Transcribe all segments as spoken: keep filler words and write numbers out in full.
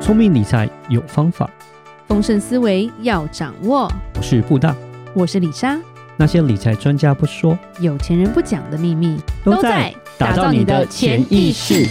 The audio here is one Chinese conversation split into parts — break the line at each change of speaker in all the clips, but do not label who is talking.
聪明理财有方法，
丰盛思维要掌握。
我是布大，
我是李莎。
那些理财专家不说，
有钱人不讲的秘密，
都在打造你的潜意识。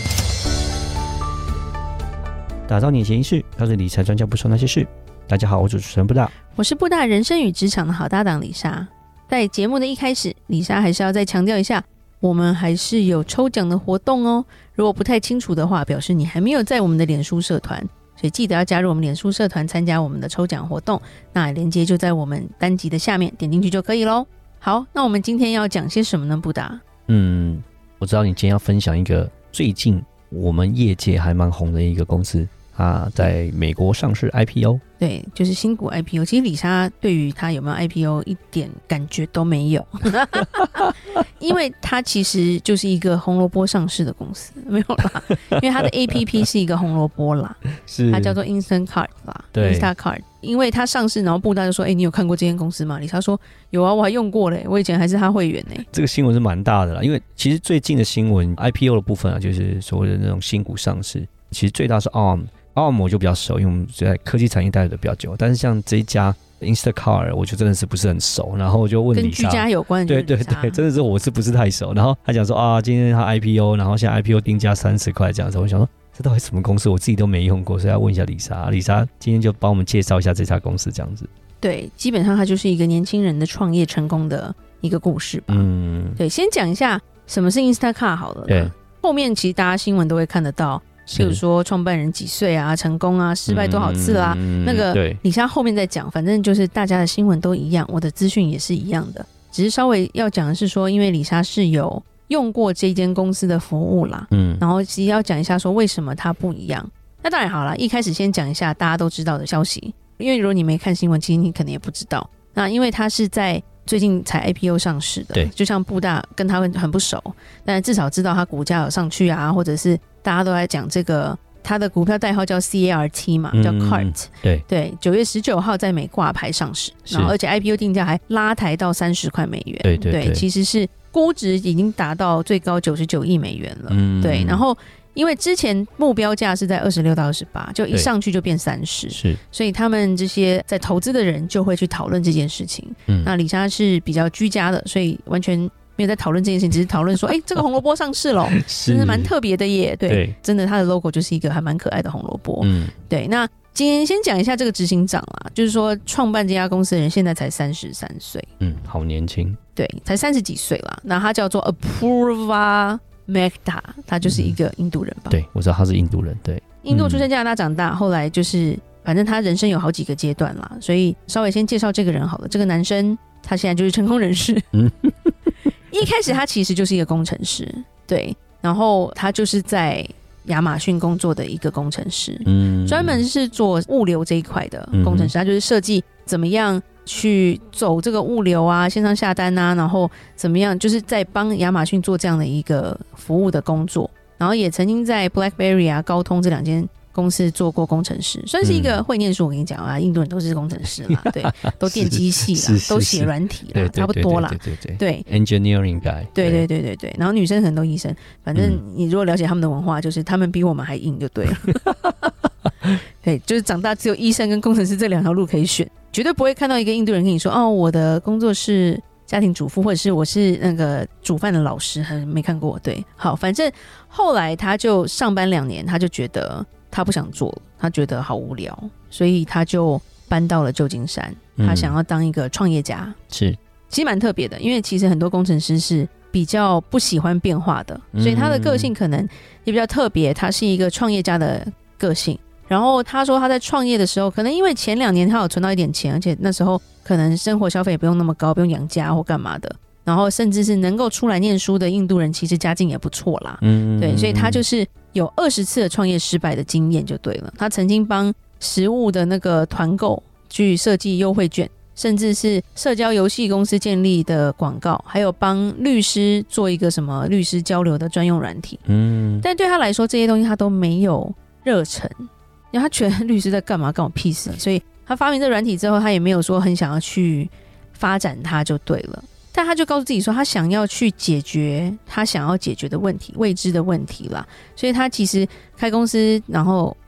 打造你的潜意识，告诉理财专家不说那些事。大家好，我是主持人布大，
我是布大人生与职场的好搭档李莎。在节目的一开始，李莎还是要再强调一下，我们还是有抽奖的活动哦。如果不太清楚的话，表示你还没有在我们的脸书社团，所以记得要加入我们脸书社团参加我们的抽奖活动。那连结就在我们单集的下面，点进去就可以咯。好，那我们今天要讲些什么呢，布达？
嗯，我知道你今天要分享一个最近我们业界还蛮红的一个公司，它在美国上市 I P O。
对，就是新股 I P O。 其实李莎对于它有没有 I P O 一点感觉都没有因为它其实就是一个红萝卜上市的公司，没有啦，因为它的 A P P 是一个红萝卜啦是它叫做 Instacart 啦，对 Instacart。 因为它上市，然后布大就说，哎、欸，你有看过这间公司吗？李莎说有啊，我还用过嘞，我以前还是他会员嘞。这
个新闻是蛮大的啦，因为其实最近的新闻 I P O 的部分啊，就是所谓的那种新股上市，其实最大是 A R M。A R M 我就比较熟，因为我们在科技产业待的比较久，但是像这一家 Instacart 我就真的是不是很熟，然后我就问李莎，
跟居家有关的，
对对对，真的是我是不是太熟，然后他讲说啊，今天他 I P O， 然后现在 I P O 定价三十块这样子，我想说这到底什么公司，我自己都没用过，所以要问一下李莎，李莎今天就帮我们介绍一下这家公司这样子。
对，基本上它就是一个年轻人的创业成功的一个故事吧。嗯，对，先讲一下什么是 Instacart 好了，对，后面其实大家新闻都会看得到，比如说创办人几岁啊，成功啊，失败多少次啊，嗯、那个李莎后面再讲，反正就是大家的新闻都一样，我的资讯也是一样的，只是稍微要讲的是说，因为李莎是有用过这间公司的服务啦，嗯，然后其实要讲一下说为什么它不一样。那当然好了，一开始先讲一下大家都知道的消息，因为如果你没看新闻，其实你可能也不知道。那因为它是在最近才 I P O 上市的，对，就像布大跟他很不熟，但至少知道它股价有上去啊，或者是大家都在讲这个，它的股票代号叫 C A R T 嘛，叫 C A R T， 对对，九月十九号在美挂牌上市，然后而且 I P O 定价还拉抬到三十块美元，对对 对, 对，其实是估值已经达到最高九十九亿美元了，嗯，对，然后因为之前目标价是在二十六到二十八，就一上去就变三十，是，所以他们这些在投资的人就会去讨论这件事情。嗯，那李莎是比较居家的，所以完全没有在讨论这件事情，只是讨论说，哎、欸，这个红萝卜上市了，真的蛮特别的耶。对，对，真的，它的 logo 就是一个还蛮可爱的红萝卜。嗯，对。那今天先讲一下这个执行长啦，就是说创办这家公司的人现在才三十三岁，嗯，好年轻，对，才三十几岁啦。那他叫做 Apurva Mehta， 他就是一个印度人吧、嗯？对，我知道他是印度人，对，印度出生加拿大长大，嗯、后来就是反正他人生有好几个阶段啦，所以稍微先介绍这个人好了。这个男生他现在就是成功人士，嗯，一开始他其实就是一个工程师，对，然后他就是在亚马逊工作的一个工程师，嗯，专门是做物流这一块的工程师，他就是设计怎么样去走这个物流啊，线上下单啊，然后怎么样，就是在帮亚马逊做这样的一个服务的工作，然后也曾经在 BlackBerry 啊、高通这两间公司做过工程师，算是一个会念书。我跟你讲啊，印度人都是工程师啦，对，都电机系啦，都写软体啦，差不多啦，对对对对 ，engineering guy， 对对对对对，然后女生可能都医生，反正你如果了解他们的文化，就是他们比我们还硬就对了。对，就是长大只有医生跟工程师这两条路可以选，绝对不会看到一个印度人跟你说，哦，我的工作是家庭主妇，或者是我是那个煮饭的老师，没看过。对，好，反正后来他就上班两年，他就觉得他不想做了，他觉得好无聊，所以他就搬到了旧金山，他想要当一个创业家。是、嗯，其实蛮特别的，因为其实很多工程师是比较不喜欢变化的，所以他的个性可能也比较特别，他是一个创业家的个性。然后他说他在创业的时候，可能因为前两年他有存到一点钱，而且那时候可能生活消费也不用那么高，不用养家或干嘛的，然后甚至是能够出来念书的印度人其实家境也不错啦，嗯，对，所以他就是有二十次的创业失败的经验就对了。他曾经帮食物的那个团购去设计优惠券，甚至是社交游戏公司建立的广告，还有帮律师做一个什么律师交流的专用软体，嗯，但对他来说这些东西他都没有热忱，因为他觉得律师在干嘛干我屁事，所以他发明这软体之后，他也没有说很想要去发展它就对了。但他就告诉自己说他想要去解决他想要解决的问题，未知的问题啦，所以他其实开公司然后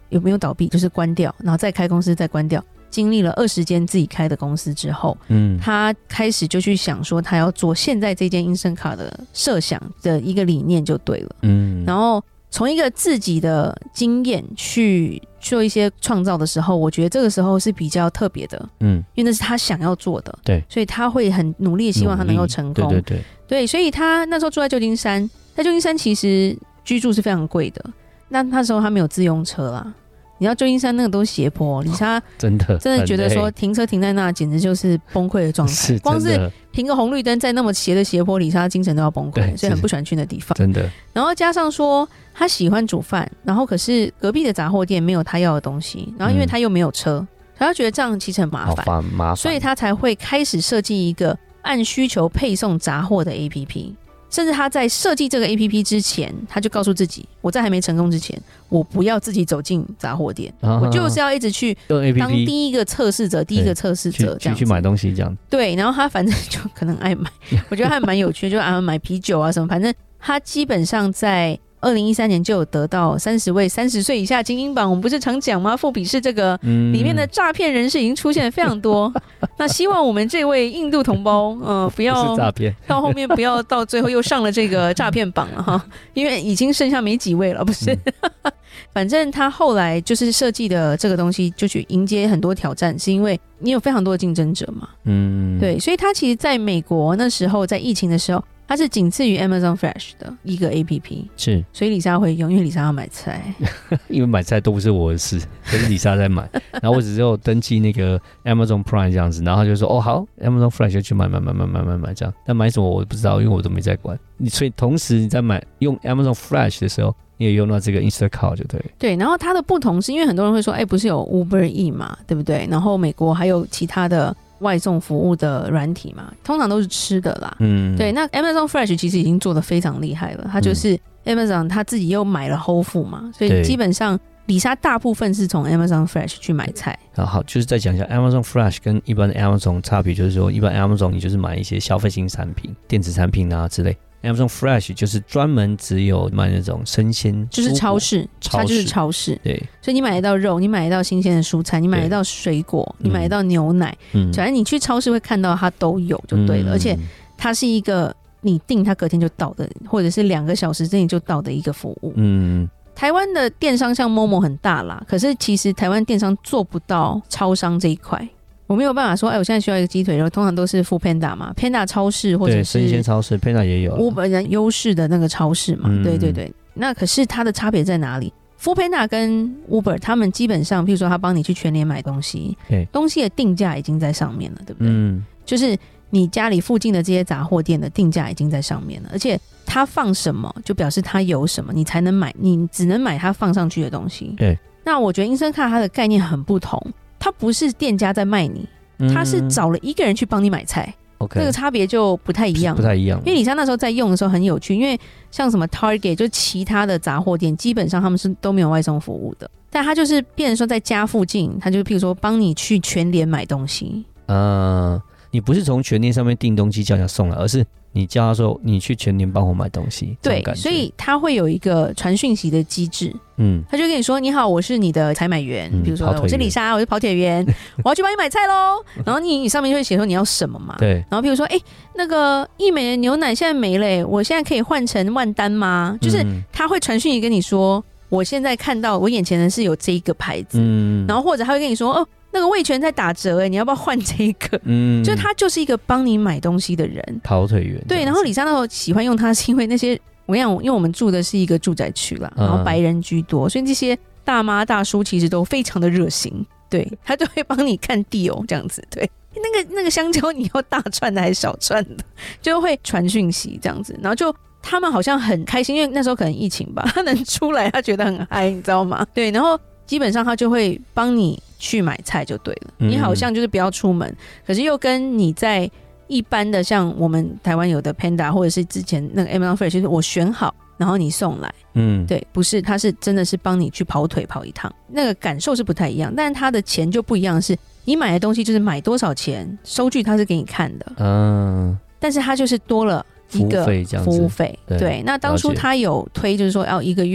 有没有倒闭，就是关掉，然后再开公司再关掉，经历了二十间自己开的公司之后，嗯，他开始就去想说他要做现在这间 Instant Card 的设想的一个理念就对了，嗯，然后从一个自己的经验去做一些创造的时候，我觉得这个时候是比较特别的，嗯，因为那是他想要做的，对，所以他会很努力希望他能够成功，对对对对，所以他那时候住在旧金山，在旧金山其实居住是非常贵的，那那时候他没有自用车啦，你知道旧金山那个都是斜坡，李莎真的真的觉得说停车停在那简直就是崩溃的状态，是光是停个红绿灯在那么斜的斜坡，李莎精神都要崩溃，所以很不喜欢去那地方，真的。然后加上说他喜欢煮饭，然后可是隔壁的杂货店没有他要的东西，然后因为他又没有车，所以他觉得这样其实很麻烦，麻烦，所以他才会开始设计一个按需求配送杂货的 A P P。甚至他在设计这个 A P P 之前，他就告诉自己，我在还没成功之前，我不要自己走进杂货店，啊、我就是要一直去当第一个测试者，第一个测试者这样
去去买东西这样。
对，然后他反正就可能爱买，我觉得还蛮有趣的，就爱买啤酒啊什么，反正他基本上在二零一三年就有得到三十位三十岁以下精英榜，我们不是常讲吗？富比士这个里面的诈骗人士已经出现了非常多。那希望我们这位印度同胞，呃，不要诈骗，到后面不要到最后又上了这个诈骗榜了哈，因为已经剩下没几位了，不是？嗯、反正他后来就是设计的这个东西，就去迎接很多挑战，是因为你有非常多的竞争者嘛。嗯，对，所以他其实在美国那时候，在疫情的时候。它是仅次于 Amazon Fresh 的一个 A P P， 是，所以李莎会用，因为李莎要买菜，
因为买菜都不是我的事，都是李莎在买，然后我只有登记那个 Amazon Prime 这样子，然后他就说哦好 ，Amazon Fresh 就去买买买买买买买这样，但买什么我不知道，因为我都没在管。你所以同时你在买用 Amazon Fresh 的时候，你也用到这个 Instant Card 就对了。
对，然后它的不同是因为很多人会说，哎，不是有 Uber E 嘛，对不对？然后美国还有其他的。外送服务的软体嘛，通常都是吃的啦。嗯，对。那 Amazon Fresh 其实已经做得非常厉害了，它就是 Amazon 他自己又买了 Whole Foods 嘛，所以基本上李莎大部分是从 Amazon Fresh 去买菜。
好，好，就是再讲一下 Amazon Fresh 跟一般的 Amazon 差别，就是说一般 Amazon 你就是买一些消费性产品、电子产品啊之类。Amazon Fresh 就是专门只有卖那种生鲜，
就是超市，它就是超市。对，所以你买得到肉，你买得到新鲜的蔬菜，你买得到水果，你买得到牛奶，嗯，反正你去超市会看到它都有就对了。嗯、而且它是一个你订它隔天就到的，或者是两个小时之内就到的一个服务。嗯，台湾的电商像 Momo 很大啦，可是其实台湾电商做不到超商这一块。我没有办法说，哎，我现在需要一个鸡腿肉，通常都是 Foodpanda 嘛 ，Panda 超市或者是
生鲜超市 ，Panda 也有
Uber 人优势的那个超市嘛，嗯、对对对。那可是它的差别在哪里 ？Foodpanda 跟 Uber 他们基本上，譬如说他帮你去全联买东西，东西的定价已经在上面了，对不对？嗯，就是你家里附近的这些杂货店的定价已经在上面了，而且他放什么就表示他有什么，你才能买，你只能买他放上去的东西。对，那我觉得 Instant Card 它的概念很不同。它不是店家在卖你，他是找了一个人去帮你买菜，嗯、这个差别就不太一样，
不太一样。
因为李莎那时候在用的时候很有趣，因为像什么 Target 就其他的杂货店，基本上他们是都没有外送服务的，但他就是变成说在家附近，他就譬如说帮你去全联买东西。
呃，你不是从全联上面订东西叫人家送来，而是你叫他说你去全联帮我买东西，
对，所以他会有一个传讯息的机制，嗯，他就跟你说你好，我是你的采买员，嗯、比如说我是李莎，我是跑铁员，我要去帮你买菜咯。然后你你上面就会写说你要什么嘛，对，然后比如说哎、欸，那个益美的牛奶现在没了、欸，我现在可以换成万丹吗？就是他会传讯息跟你说，我现在看到我眼前的是有这一个牌子，嗯，然后或者他会跟你说哦。那个味全在打折哎、欸，你要不要换这个？嗯，就他就是一个帮你买东西的人，
跑腿员。
对，然后李莎那时候喜欢用它，是因为那些我跟你讲，因为我们住的是一个住宅区啦，然后白人居多，所以这些大妈大叔其实都非常的热心，对他就会帮你看 deal 这样子，对。那个那个香蕉你要大串的还是小串的，就会传讯息这样子，然后就他们好像很开心，因为那时候可能疫情吧，他能出来他觉得很嗨，你知道吗？对，然后基本上他就会帮你去买菜就对了，你好像就是不要出门，可是又跟你在一般的像我们台湾有的 Panda 或者是之前那个 Amazon Fresh 就是我选好然后你送来，嗯，对，不是，他是真的是帮你去跑腿跑一趟，那个感受是不太一样，但是他的钱就不一样，是你买的东西就是买多少钱，收据他是给你看的，嗯，但是他就是多了一个服务费，对，对，那当初他有推就是说要一个月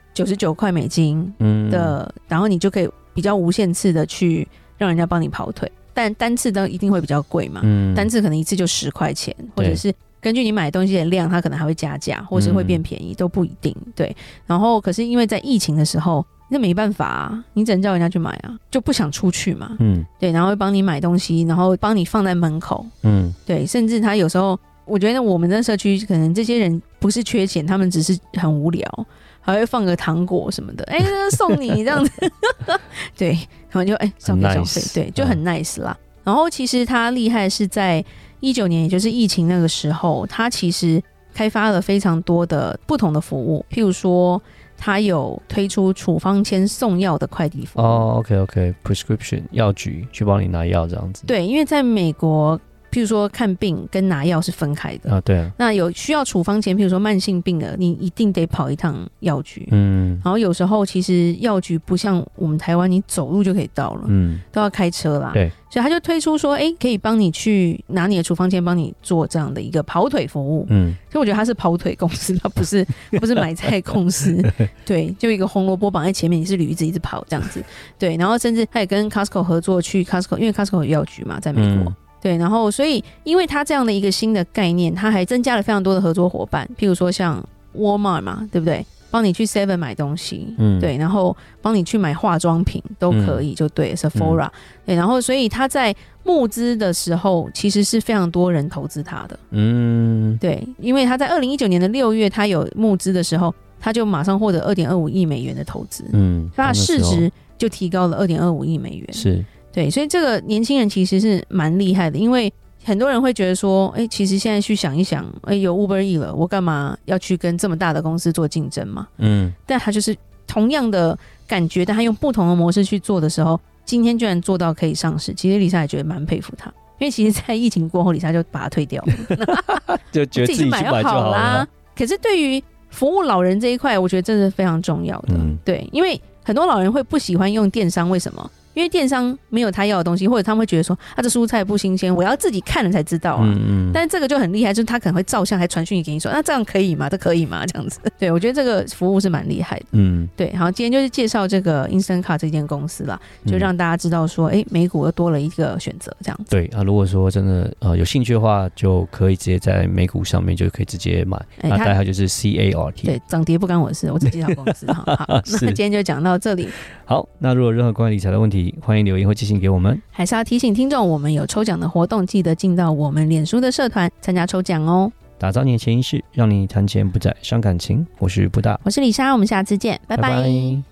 九十九块美金的、嗯，然后你就可以比较无限次的去让人家帮你跑腿，但单次都一定会比较贵嘛、嗯，单次可能一次就十块钱，或者是根据你买东西的量，它可能还会加价，或是会变便宜、嗯，都不一定。对，然后可是因为在疫情的时候，那没办法啊，你只能叫人家去买啊，就不想出去嘛。嗯，对，然后会帮你买东西，然后帮你放在门口。嗯，对，甚至他有时候，我觉得我们的社区可能这些人不是缺钱，他们只是很无聊，还会放个糖果什么的，哎、欸，送你这样子。对，然后就哎消费消费，对，就很 nice 啦。嗯、然后其实他厉害是在一九年，也就是疫情那个时候，他其实开发了非常多的不同的服务，譬如说。他有推出处方签送药的快递服务
哦、oh, ，OK OK prescription 药局去帮你拿药这样子。
对，因为在美国，譬如说看病跟拿药是分开的
啊，对啊。
那有需要处方签，譬如说慢性病的，你一定得跑一趟药局。嗯，然后有时候其实药局不像我们台湾，你走路就可以到了，嗯，都要开车啦。
对。
所以他就推出说，哎、欸，可以帮你去拿你的处方签，帮你做这样的一个跑腿服务。嗯，所以我觉得他是跑腿公司，他不是不是买菜公司。对，就一个红萝卜绑在前面，你是驴子一直跑这样子。对，然后甚至他也跟 Costco 合作去 Costco， 因为 Costco 有药局嘛，在美国。嗯、对，然后所以因为他这样的一个新的概念，他还增加了非常多的合作伙伴，譬如说像 Walmart 嘛，对不对？帮你去 Seven 买东西，嗯，对，然后帮你去买化妆品都可以，嗯、就对 Sephora，嗯、对，然后所以他在募资的时候，其实是非常多人投资他的，嗯，对，因为他在二零一九年的六月，他有募资的时候，他就马上获得二点二五亿美元的投资，嗯，他的市值就提高了二点二五亿美元，
是，
对，所以这个年轻人其实是蛮厉害的，因为。很多人会觉得说，哎、欸，其实现在去想一想，哎、欸，有 Uber E 了，我干嘛要去跟这么大的公司做竞争嘛？嗯，但他就是同样的感觉，但他用不同的模式去做的时候，今天居然做到可以上市，其实丽莎也觉得蛮佩服他，因为其实，在疫情过后，丽莎就把他退掉了，
就觉得自己去买就好啦。
可是对于服务老人这一块，我觉得这是非常重要的，嗯、对，因为很多老人会不喜欢用电商，为什么？因为电商没有他要的东西，或者他们会觉得说啊，这蔬菜不新鲜，我要自己看了才知道啊。嗯嗯。但是这个就很厉害，就是他可能会照相还传讯息给你说，那这样可以吗？这可以吗？这样子。对，我觉得这个服务是蛮厉害的。嗯，对。好，今天就是介绍这个 Instacart 这间公司啦，就让大家知道说，哎、欸，美股又多了一个选择，这样子。
对啊，如果说真的呃有兴趣的话，就可以直接在美股上面就可以直接买。欸、那代号就是 C A R T。
对，涨跌不干我的事，我只介绍公司哈。好，那今天就讲到这里。
好，那如果有任何关于理财的问题，欢迎留言或寄信给我们。
还是要提醒听众，我们有抽奖的活动，记得进到我们脸书的社团参加抽奖哦。
打造你的潜意识，让你谈钱不再伤感情。我是布大，
我是李莎，我们下次见，拜拜。拜拜。